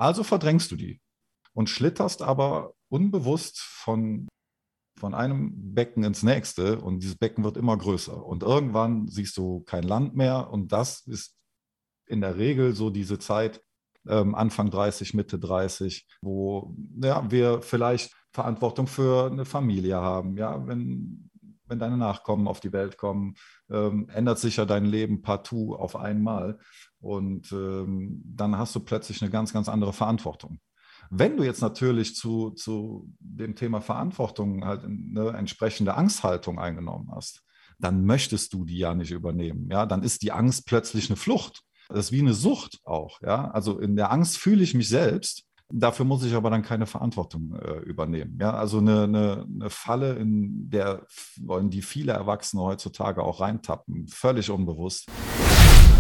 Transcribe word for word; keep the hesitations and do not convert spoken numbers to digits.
Also verdrängst du die und schlitterst aber unbewusst von, von einem Becken ins nächste und dieses Becken wird immer größer. Und irgendwann siehst du kein Land mehr und das ist in der Regel so diese Zeit, ähm, Anfang dreißig, Mitte dreißig, wo ja, wir vielleicht Verantwortung für eine Familie haben. Ja, wenn, wenn deine Nachkommen auf die Welt kommen, ähm, ändert sich ja dein Leben partout auf einmal. Und ähm, dann hast du plötzlich eine ganz, ganz andere Verantwortung. Wenn du jetzt natürlich zu, zu dem Thema Verantwortung halt eine entsprechende Angsthaltung eingenommen hast, dann möchtest du die ja nicht übernehmen. Ja, dann ist die Angst plötzlich eine Flucht. Das ist wie eine Sucht auch. Ja, also in der Angst fühle ich mich selbst. Dafür muss ich aber dann keine Verantwortung äh, übernehmen. Ja, also eine, eine, eine Falle, in der wollen die viele Erwachsene heutzutage auch reintappen, völlig unbewusst.